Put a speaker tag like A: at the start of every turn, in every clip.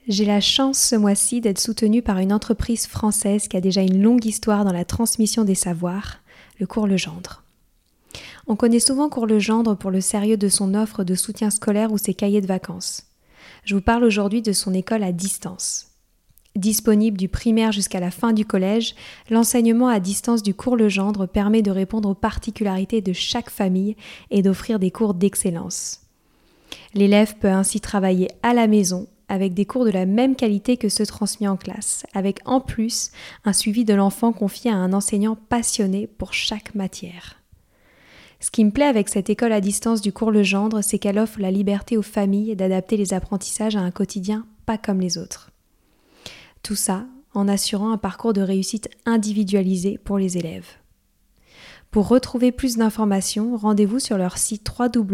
A: J'ai la chance ce mois-ci d'être soutenue par une entreprise française qui a déjà une longue histoire dans la transmission des savoirs, le Cours Legendre. On connaît souvent Cours Legendre pour le sérieux de son offre de soutien scolaire ou ses cahiers de vacances. Je vous parle aujourd'hui de son école à distance. Disponible du primaire jusqu'à la fin du collège, l'enseignement à distance du Cours Legendre permet de répondre aux particularités de chaque famille et d'offrir des cours d'excellence. L'élève peut ainsi travailler à la maison avec des cours de la même qualité que ceux transmis en classe, avec en plus un suivi de l'enfant confié à un enseignant passionné pour chaque matière. Ce qui me plaît avec cette école à distance du Cours Legendre, c'est qu'elle offre la liberté aux familles d'adapter les apprentissages à un quotidien pas comme les autres. Tout ça en assurant un parcours de réussite individualisé pour les élèves. Pour retrouver plus d'informations, rendez-vous sur leur site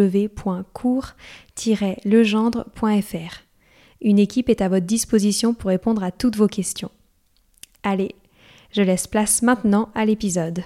A: www.cours-legendre.fr. Une équipe est à votre disposition pour répondre à toutes vos questions. Allez, je laisse place maintenant à l'épisode.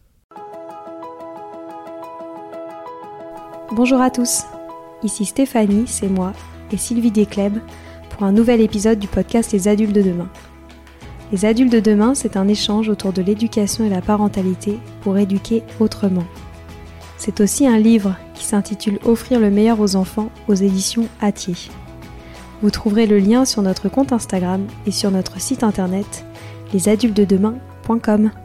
A: Bonjour à tous, ici Stéphanie, c'est moi, et Sylvie Descleb pour un nouvel épisode du podcast Les Adultes de demain. Les Adultes de demain, c'est un échange autour de l'éducation et la parentalité pour éduquer autrement. C'est aussi un livre qui s'intitule Offrir le meilleur aux enfants aux éditions Hatier. Vous trouverez le lien sur notre compte Instagram et sur notre site internet lesadultesdedemain.com.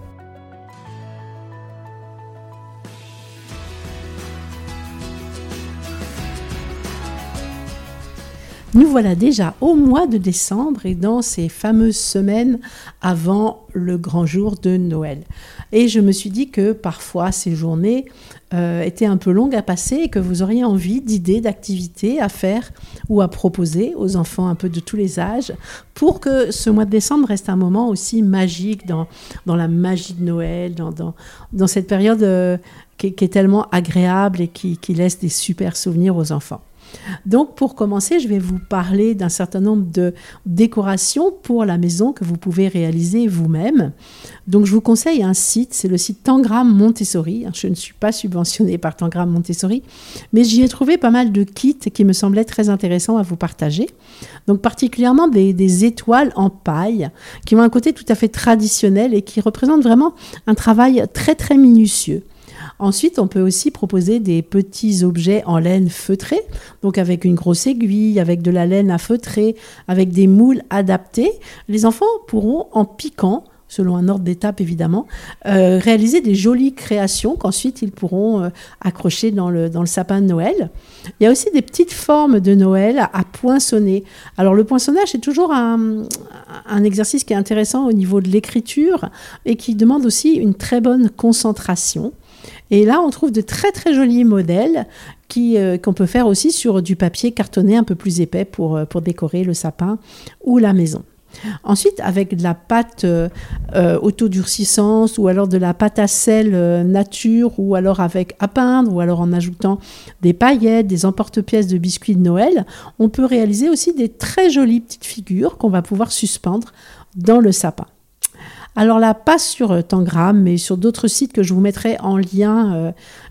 B: Nous voilà déjà au mois de décembre et dans ces fameuses semaines avant le grand jour de Noël. Et je me suis dit que parfois ces journées étaient un peu longues à passer et que vous auriez envie d'idées, d'activités à faire ou à proposer aux enfants un peu de tous les âges pour que ce mois de décembre reste un moment aussi magique dans la magie de Noël, dans cette période qui est tellement agréable et qui laisse des super souvenirs aux enfants. Donc, pour commencer, je vais vous parler d'un certain nombre de décorations pour la maison que vous pouvez réaliser vous-même. Donc, je vous conseille un site, c'est le site Tangram Montessori. Je ne suis pas subventionnée par Tangram Montessori, mais j'y ai trouvé pas mal de kits qui me semblaient très intéressants à vous partager. Donc, particulièrement des étoiles en paille qui ont un côté tout à fait traditionnel et qui représentent vraiment un travail très, très minutieux. Ensuite, on peut aussi proposer des petits objets en laine feutrée, donc avec une grosse aiguille, avec de la laine à feutrer, avec des moules adaptés. Les enfants pourront, en piquant, selon un ordre d'étape évidemment, réaliser des jolies créations qu'ensuite ils pourront accrocher dans le sapin de Noël. Il y a aussi des petites formes de Noël à poinçonner. Alors le poinçonnage, c'est toujours un exercice qui est intéressant au niveau de l'écriture et qui demande aussi une très bonne concentration. Et là, on trouve de très très jolis modèles qu'on peut faire aussi sur du papier cartonné un peu plus épais pour décorer le sapin ou la maison. Ensuite, avec de la pâte autodurcissante ou alors de la pâte à sel nature ou alors avec à peindre ou alors en ajoutant des paillettes, des emporte-pièces de biscuits de Noël, on peut réaliser aussi des très jolies petites figures qu'on va pouvoir suspendre dans le sapin. Alors là, pas sur Tangram, mais sur d'autres sites que je vous mettrai en lien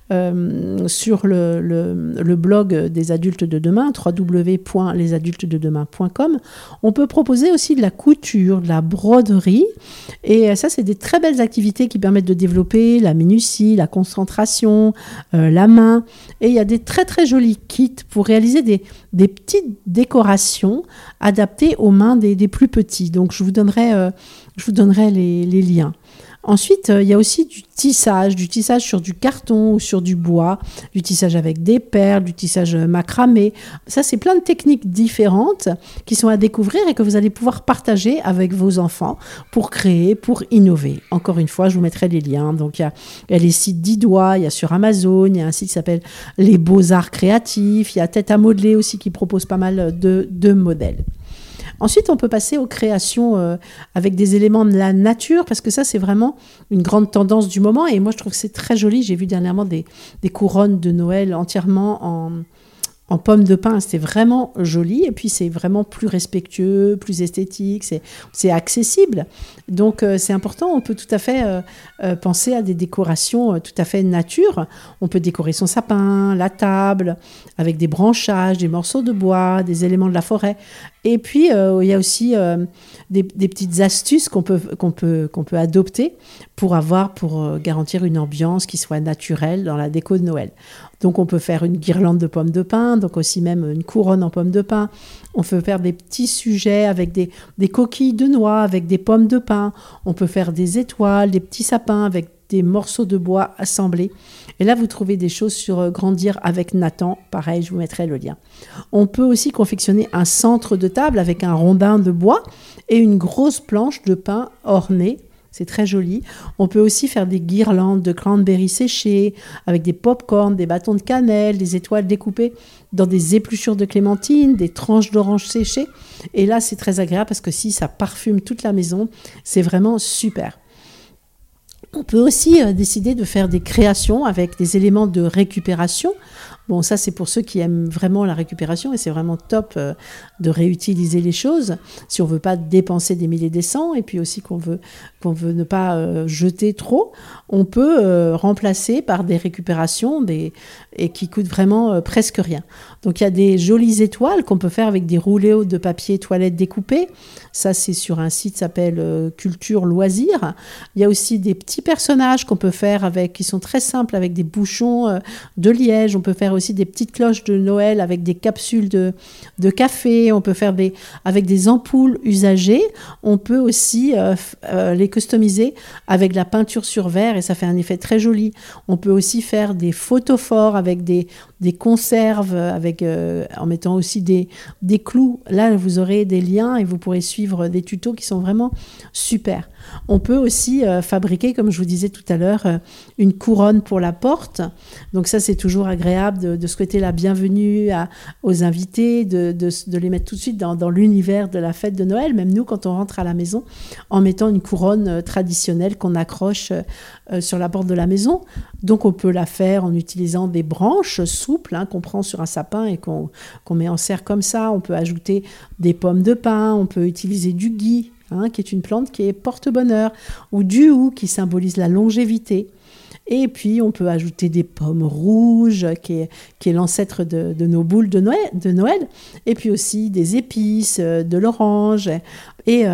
B: sur le blog des adultes de demain, www.lesadultesdedemain.com. On peut proposer aussi de la couture, de la broderie. Et ça, c'est des très belles activités qui permettent de développer la minutie, la concentration, la main. Et il y a des très très jolis kits pour réaliser des petites décorations adaptées aux mains des plus petits. Donc je vous donnerai les liens. Ensuite, il y a aussi du tissage sur du carton ou sur du bois, du tissage avec des perles, du tissage macramé. Ça, c'est plein de techniques différentes qui sont à découvrir et que vous allez pouvoir partager avec vos enfants pour créer, pour innover. Encore une fois, je vous mettrai les liens. Donc, il y a les sites d'Idois, il y a sur Amazon, il y a un site qui s'appelle Les Beaux-Arts Créatifs, il y a Tête à modeler aussi qui propose pas mal de modèles. Ensuite, on peut passer aux créations avec des éléments de la nature, parce que ça, c'est vraiment une grande tendance du moment. Et moi, je trouve que c'est très joli. J'ai vu dernièrement des couronnes de Noël entièrement en pommes de pin. C'était vraiment joli. Et puis, c'est vraiment plus respectueux, plus esthétique. C'est accessible. Donc, c'est important. On peut tout à fait penser à des décorations tout à fait nature. On peut décorer son sapin, la table, avec des branchages, des morceaux de bois, des éléments de la forêt. Et puis, il y a aussi des petites astuces qu'on peut adopter pour garantir une ambiance qui soit naturelle dans la déco de Noël. Donc, on peut faire une guirlande de pommes de pin, donc aussi même une couronne en pommes de pin. On peut faire des petits sujets avec des coquilles de noix, avec des pommes de pin. On peut faire des étoiles, des petits sapins avec des morceaux de bois assemblés. Et là, vous trouvez des choses sur Grandir avec Nathan. Pareil, je vous mettrai le lien. On peut aussi confectionner un centre de table avec un rondin de bois et une grosse planche de pin ornée. C'est très joli. On peut aussi faire des guirlandes de cranberries séchées avec des pop-corn, des bâtons de cannelle, des étoiles découpées dans des épluchures de clémentine, des tranches d'orange séchées. Et là, c'est très agréable parce que si ça parfume toute la maison, c'est vraiment super. On peut aussi décider de faire des créations avec des éléments de récupération. Bon, ça, c'est pour ceux qui aiment vraiment la récupération et c'est vraiment top de réutiliser les choses si on ne veut pas dépenser des milliers et des cents et puis aussi qu'on veut ne pas jeter trop. On peut remplacer par des récupérations et qui coûtent vraiment presque rien. Donc, il y a des jolies étoiles qu'on peut faire avec des rouleaux de papier toilette découpés. Ça, c'est sur un site qui s'appelle Culture Loisirs. Il y a aussi des petits personnages qu'on peut faire qui sont très simples avec des bouchons de liège. On peut faire aussi des petites cloches de Noël avec des capsules de café. On peut faire avec des ampoules usagées. On peut aussi les customiser avec de la peinture sur verre et ça fait un effet très joli. On peut aussi faire des photophores avec des conserves en mettant aussi des clous. Là, vous aurez des liens et vous pourrez suivre des tutos qui sont vraiment super. On peut aussi fabriquer, comme je vous disais tout à l'heure, une couronne pour la porte. Donc ça, c'est toujours agréable de souhaiter la bienvenue aux invités, de les mettre tout de suite dans l'univers de la fête de Noël, même nous, quand on rentre à la maison, en mettant une couronne traditionnelle qu'on accroche sur la porte de la maison. Donc on peut la faire en utilisant des branches souples qu'on prend sur un sapin et qu'on met en serre comme ça. On peut ajouter des pommes de pin, on peut utiliser du gui, qui est une plante qui est porte-bonheur, ou du hou qui symbolise la longévité. Et puis, on peut ajouter des pommes rouges, qui est l'ancêtre de nos boules de Noël. Et puis aussi des épices, de l'orange, et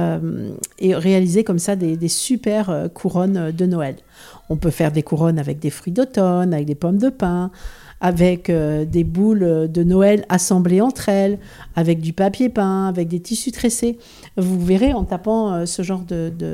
B: réaliser comme ça des super couronnes de Noël. On peut faire des couronnes avec des fruits d'automne, avec des pommes de pin, avec des boules de Noël assemblées entre elles, avec du papier peint, avec des tissus tressés. Vous verrez, en tapant ce genre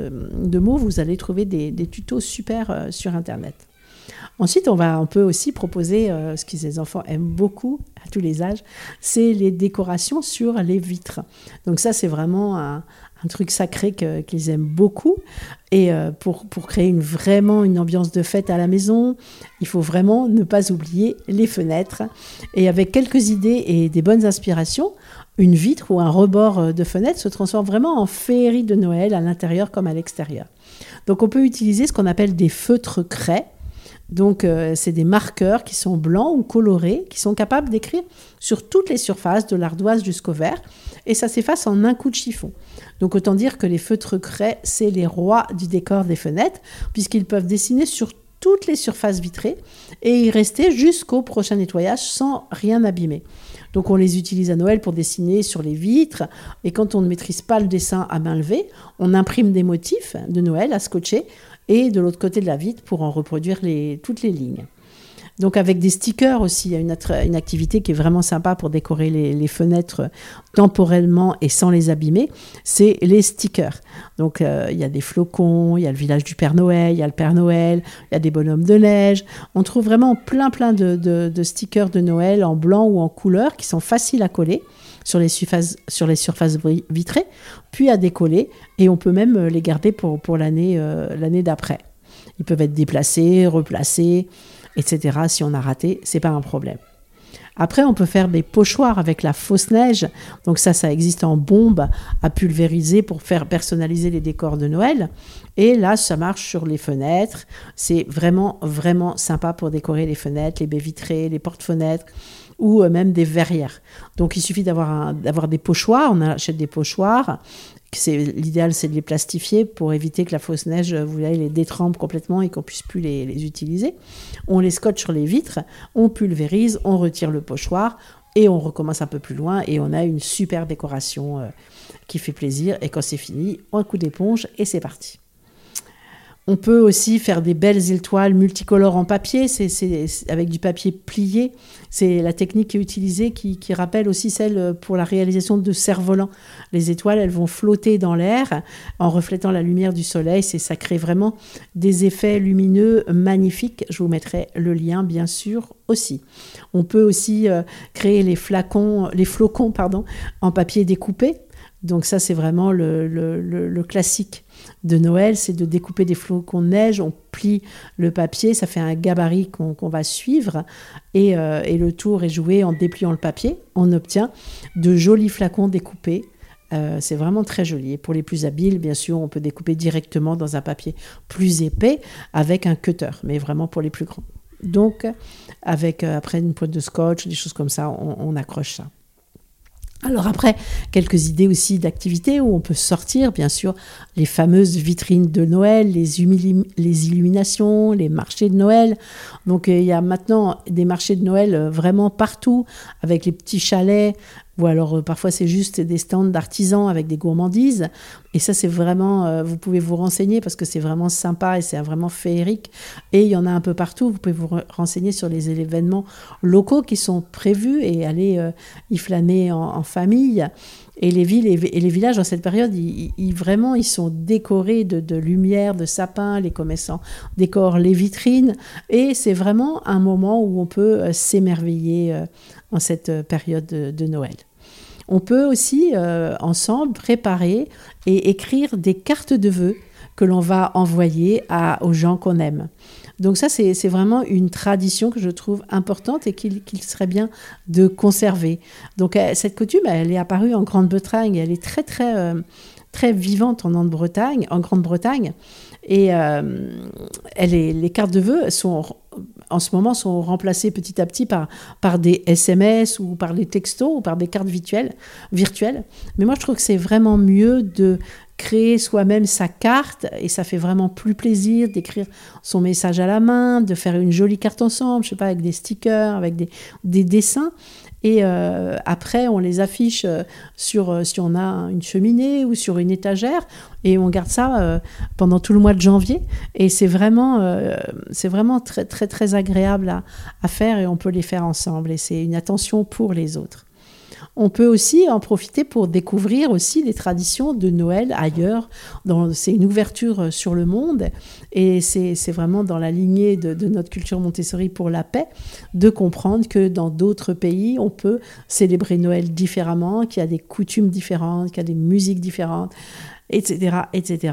B: de mots, vous allez trouver des tutos super sur Internet. Ensuite, on peut aussi proposer, ce que les enfants aiment beaucoup, à tous les âges, c'est les décorations sur les vitres. Donc ça, c'est vraiment un truc sacré qu'ils aiment beaucoup. Et pour créer vraiment une ambiance de fête à la maison, il faut vraiment ne pas oublier les fenêtres. Et avec quelques idées et des bonnes inspirations, une vitre ou un rebord de fenêtre se transforme vraiment en féerie de Noël à l'intérieur comme à l'extérieur. Donc on peut utiliser ce qu'on appelle des feutres craie. Donc, c'est des marqueurs qui sont blancs ou colorés, qui sont capables d'écrire sur toutes les surfaces, de l'ardoise jusqu'au verre, et ça s'efface en un coup de chiffon. Donc, autant dire que les feutres craie, c'est les rois du décor des fenêtres, puisqu'ils peuvent dessiner sur toutes les surfaces vitrées et y rester jusqu'au prochain nettoyage sans rien abîmer. Donc, on les utilise à Noël pour dessiner sur les vitres, et quand on ne maîtrise pas le dessin à main levée, on imprime des motifs de Noël à scotcher, et de l'autre côté de la vitre pour en reproduire toutes les lignes. Donc avec des stickers aussi, il y a une activité qui est vraiment sympa pour décorer les fenêtres temporellement et sans les abîmer, c'est les stickers. Donc il y a des flocons, il y a le village du Père Noël, il y a le Père Noël, il y a des bonhommes de neige. On trouve vraiment plein de stickers de Noël en blanc ou en couleur qui sont faciles à coller sur les surfaces vitrées, puis à décoller, et on peut même les garder pour l'année d'après. Ils peuvent être déplacés, replacés, etc. Si on a raté, c'est pas un problème. Après, on peut faire des pochoirs avec la fausse neige. Donc ça existe en bombe à pulvériser pour faire personnaliser les décors de Noël. Et là, ça marche sur les fenêtres. C'est vraiment, vraiment sympa pour décorer les fenêtres, les baies vitrées, les portes-fenêtres, ou même des verrières. Donc il suffit d'avoir des pochoirs, on achète des pochoirs, l'idéal c'est de les plastifier pour éviter que la fausse neige les détrempe complètement et qu'on puisse plus les utiliser. On les scotche sur les vitres, on pulvérise, on retire le pochoir Et on recommence un peu plus loin et on a une super décoration qui fait plaisir. Et quand c'est fini, un coup d'éponge et c'est parti. On peut aussi faire des belles étoiles multicolores en papier, c'est avec du papier plié. C'est la technique qui est utilisée qui rappelle aussi celle pour la réalisation de cerfs-volants. Les étoiles, elles vont flotter dans l'air en reflétant la lumière du soleil. Ça crée vraiment des effets lumineux magnifiques. Je vous mettrai le lien, bien sûr, aussi. On peut aussi créer les flocons en papier découpé. Donc ça, c'est vraiment le classique de Noël, c'est de découper des flocons de neige, on plie le papier, ça fait un gabarit qu'on va suivre, et le tour est joué en dépliant le papier. On obtient de jolis flacons découpés. C'est vraiment très joli. Et pour les plus habiles, bien sûr, on peut découper directement dans un papier plus épais avec un cutter, mais vraiment pour les plus grands. Donc, avec après une pointe de scotch, des choses comme ça, on accroche ça. Alors après, quelques idées aussi d'activités où on peut sortir, bien sûr, les fameuses vitrines de Noël, les illuminations, les marchés de Noël. Donc il y a maintenant des marchés de Noël vraiment partout, avec les petits chalets, ou alors parfois c'est juste des stands d'artisans avec des gourmandises. Et ça, c'est vraiment, vous pouvez vous renseigner parce que c'est vraiment sympa et c'est vraiment féerique. Et il y en a un peu partout. Vous pouvez vous renseigner sur les événements locaux qui sont prévus et aller y flâner en famille. Et les villes et les villages, dans cette période, ils sont décorés de lumière, de sapins. Les commerçants décorent les vitrines. Et c'est vraiment un moment où on peut s'émerveiller en cette période de Noël. On peut aussi, ensemble, préparer et écrire des cartes de vœux que l'on va envoyer aux gens qu'on aime. Donc ça, c'est vraiment une tradition que je trouve importante et qu'il serait bien de conserver. Donc cette coutume, elle est apparue en Grande-Bretagne. Elle est très, très, très vivante en Grande-Bretagne. Et les cartes de vœux en ce moment sont remplacées petit à petit par des SMS ou par des textos ou par des cartes virtuelles. Mais moi, je trouve que c'est vraiment mieux de créer soi-même sa carte et ça fait vraiment plus plaisir d'écrire son message à la main, de faire une jolie carte ensemble, je sais pas, avec des stickers, avec des dessins. Et après, on les affiche si on a une cheminée ou sur une étagère et on garde ça pendant tout le mois de janvier. Et c'est vraiment très, très, très agréable à faire et on peut les faire ensemble. Et c'est une attention pour les autres. On peut aussi en profiter pour découvrir aussi les traditions de Noël ailleurs. C'est une ouverture sur le monde et c'est vraiment dans la lignée de notre culture Montessori pour la paix de comprendre que dans d'autres pays, on peut célébrer Noël différemment, qu'il y a des coutumes différentes, qu'il y a des musiques différentes, etc., etc.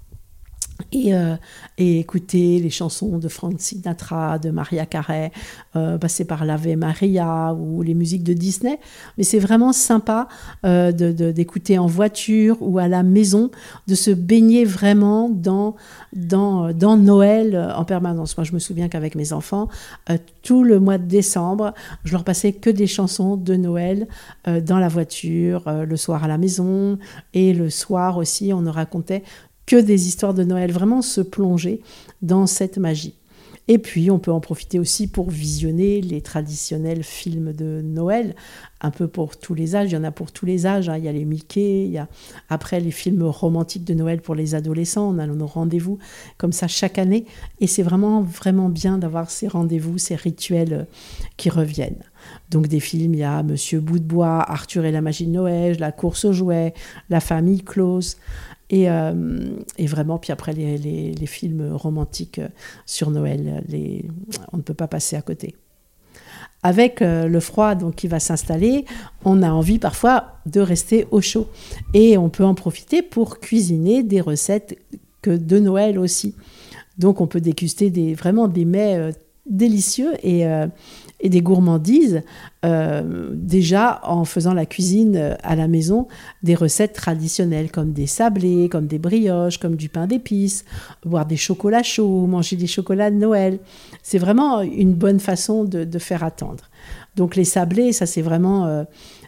B: Et écouter les chansons de Frank Sinatra, de Mariah Carey, passer par l'Ave Maria ou les musiques de Disney. Mais c'est vraiment sympa d'écouter en voiture ou à la maison, de se baigner vraiment dans Noël en permanence. Moi, je me souviens qu'avec mes enfants, tout le mois de décembre, je leur passais que des chansons de Noël dans la voiture, le soir à la maison. Et le soir aussi, on nous racontait que des histoires de Noël, vraiment se plonger dans cette magie. Et puis, on peut en profiter aussi pour visionner les traditionnels films de Noël, un peu pour tous les âges. Il y en a pour tous les âges. Il y a les Mickey, il y a après les films romantiques de Noël pour les adolescents. On a nos rendez-vous comme ça chaque année. Et c'est vraiment, vraiment bien d'avoir ces rendez-vous, ces rituels qui reviennent. Donc des films, il y a Monsieur Bout de Bois, Arthur et la magie de Noël, La course aux jouets, La famille Claus. Et vraiment, puis après les films romantiques sur Noël, on ne peut pas passer à côté. Avec le froid donc, qui va s'installer, on a envie parfois de rester au chaud. Et on peut en profiter pour cuisiner des recettes de Noël aussi. Donc on peut déguster vraiment des mets délicieux et des gourmandises, déjà en faisant la cuisine à la maison, des recettes traditionnelles comme des sablés, comme des brioches, comme du pain d'épices, boire des chocolats chauds, manger des chocolats de Noël. C'est vraiment une bonne façon de faire attendre. Donc les sablés, ça c'est vraiment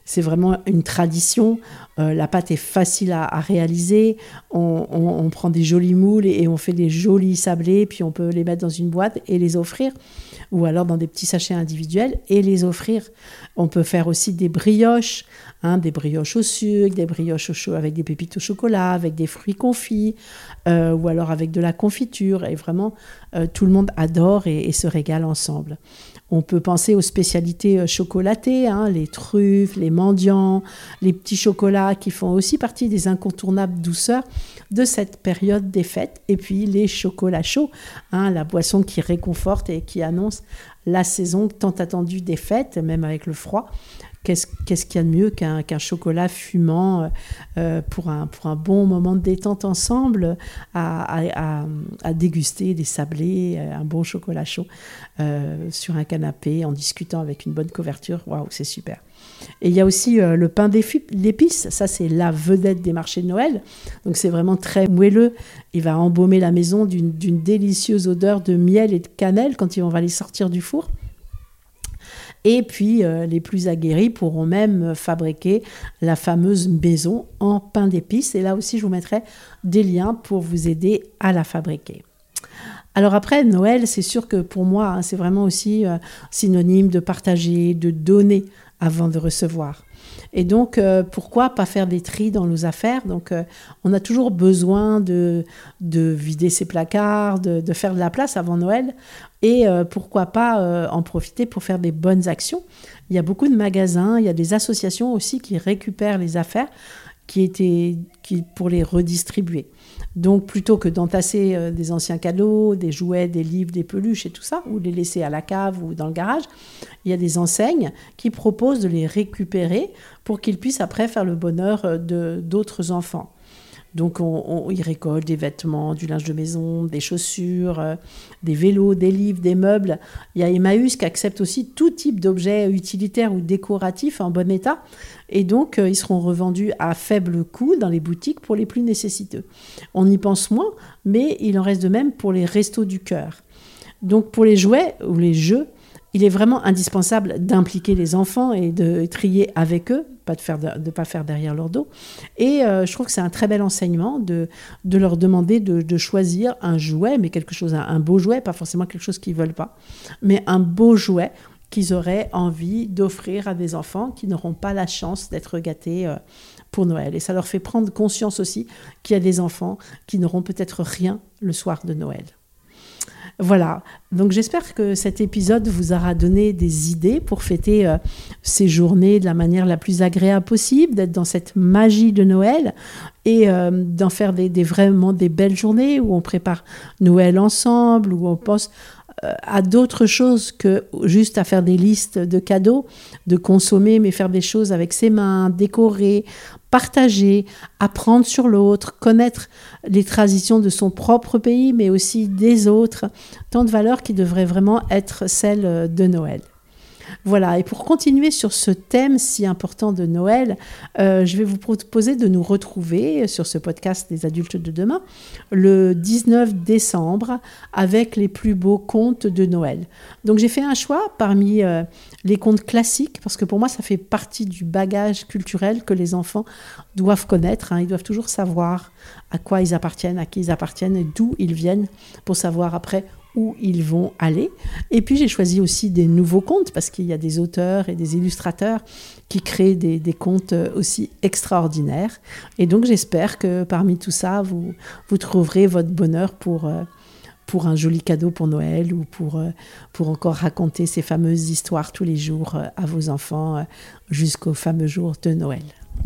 B: c'est vraiment une tradition. La pâte est facile à réaliser. On prend des jolis moules et on fait des jolis sablés, puis on peut les mettre dans une boîte et les offrir, ou alors dans des petits sachets individuels et les offrir. On peut faire aussi des brioches, des brioches au sucre, des brioches avec des pépites au chocolat, avec des fruits confits, ou alors avec de la confiture. Et vraiment, tout le monde adore et se régale ensemble. On peut penser aux spécialités chocolatées, les truffes, les mendiants, les petits chocolats qui font aussi partie des incontournables douceurs de cette période des fêtes. Et puis les chocolats chauds, la boisson qui réconforte et qui annonce la saison tant attendue des fêtes, même avec le froid. Qu'est-ce qu'il y a de mieux qu'un chocolat fumant pour un bon moment de détente ensemble, à déguster des sablés, un bon chocolat chaud sur un canapé en discutant avec une bonne couverture. Waouh, c'est super. Et il y a aussi le pain d'épices. Ça, c'est la vedette des marchés de Noël. Donc, c'est vraiment très moelleux. Il va embaumer la maison d'une délicieuse odeur de miel et de cannelle quand on va les sortir du four. Et puis, les plus aguerris pourront même fabriquer la fameuse maison en pain d'épices. Et là aussi, je vous mettrai des liens pour vous aider à la fabriquer. Alors après, Noël, c'est sûr que pour moi, c'est vraiment aussi synonyme de partager, de donner avant de recevoir. Et donc, pourquoi pas faire des tris dans nos affaires ? Donc, on a toujours besoin de vider ses placards, de faire de la place avant Noël. Et pourquoi pas en profiter pour faire des bonnes actions. Il y a beaucoup de magasins, il y a des associations aussi qui récupèrent les affaires pour les redistribuer. Donc, plutôt que d'entasser des anciens cadeaux, des jouets, des livres, des peluches et tout ça, ou les laisser à la cave ou dans le garage, il y a des enseignes qui proposent de les récupérer pour qu'ils puissent après faire le bonheur d'autres enfants. Donc, ils récoltent des vêtements, du linge de maison, des chaussures, des vélos, des livres, des meubles. Il y a Emmaüs qui accepte aussi tout type d'objets utilitaires ou décoratifs en bon état. Et donc, ils seront revendus à faible coût dans les boutiques pour les plus nécessiteux. On y pense moins, mais il en reste de même pour les restos du cœur. Donc, pour les jouets ou les jeux, il est vraiment indispensable d'impliquer les enfants et de trier avec eux, de pas faire derrière leur dos. Et je trouve que c'est un très bel enseignement de leur demander de choisir un jouet, mais quelque chose, un beau jouet, pas forcément quelque chose qu'ils ne veulent pas, mais un beau jouet qu'ils auraient envie d'offrir à des enfants qui n'auront pas la chance d'être gâtés pour Noël. Et ça leur fait prendre conscience aussi qu'il y a des enfants qui n'auront peut-être rien le soir de Noël. Voilà, donc j'espère que cet épisode vous aura donné des idées pour fêter ces journées de la manière la plus agréable possible, d'être dans cette magie de Noël et d'en faire vraiment des belles journées où on prépare Noël ensemble, où on pense à d'autres choses que juste à faire des listes de cadeaux, de consommer, mais faire des choses avec ses mains, décorer, partager, apprendre sur l'autre, connaître les traditions de son propre pays, mais aussi des autres, tant de valeurs qui devraient vraiment être celles de Noël. Voilà, et pour continuer sur ce thème si important de Noël, je vais vous proposer de nous retrouver sur ce podcast des adultes de demain le 19 décembre avec les plus beaux contes de Noël. Donc j'ai fait un choix parmi les contes classiques parce que pour moi ça fait partie du bagage culturel que les enfants doivent connaître. Ils doivent toujours savoir à quoi ils appartiennent, à qui ils appartiennent et d'où ils viennent pour savoir après où ils vont aller. Et puis j'ai choisi aussi des nouveaux contes parce qu'il y a des auteurs et des illustrateurs qui créent des contes aussi extraordinaires. Et donc j'espère que parmi tout ça, vous trouverez votre bonheur pour un joli cadeau pour Noël ou pour encore raconter ces fameuses histoires tous les jours à vos enfants jusqu'au fameux jour de Noël.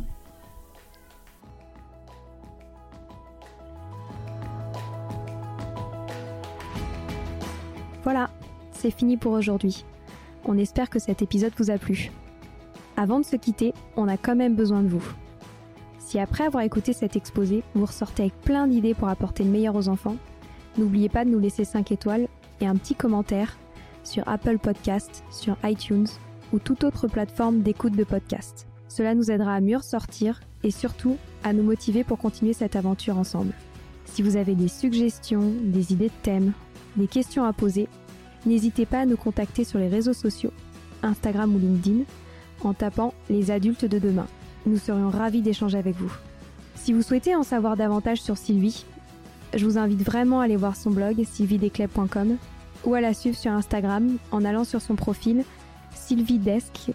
A: Voilà, c'est fini pour aujourd'hui. On espère que cet épisode vous a plu. Avant de se quitter, on a quand même besoin de vous. Si après avoir écouté cet exposé, vous ressortez avec plein d'idées pour apporter le meilleur aux enfants, n'oubliez pas de nous laisser 5 étoiles et un petit commentaire sur Apple Podcasts, sur iTunes ou toute autre plateforme d'écoute de podcast. Cela nous aidera à mieux ressortir et surtout à nous motiver pour continuer cette aventure ensemble. Si vous avez des suggestions, des idées de thèmes, des questions à poser, n'hésitez pas à nous contacter sur les réseaux sociaux, Instagram ou LinkedIn, en tapant « Les adultes de demain ». Nous serions ravis d'échanger avec vous. Si vous souhaitez en savoir davantage sur Sylvie, je vous invite vraiment à aller voir son blog sylviedesclés.com ou à la suivre sur Instagram en allant sur son profil sylviedesc,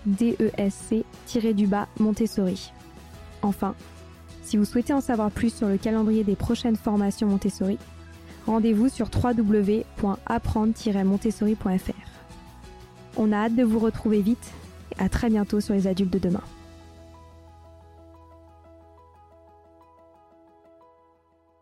A: Montessori. Enfin, si vous souhaitez en savoir plus sur le calendrier des prochaines formations Montessori, rendez-vous sur www.apprendre-montessori.fr. On a hâte de vous retrouver vite et à très bientôt sur Les Adultes de demain.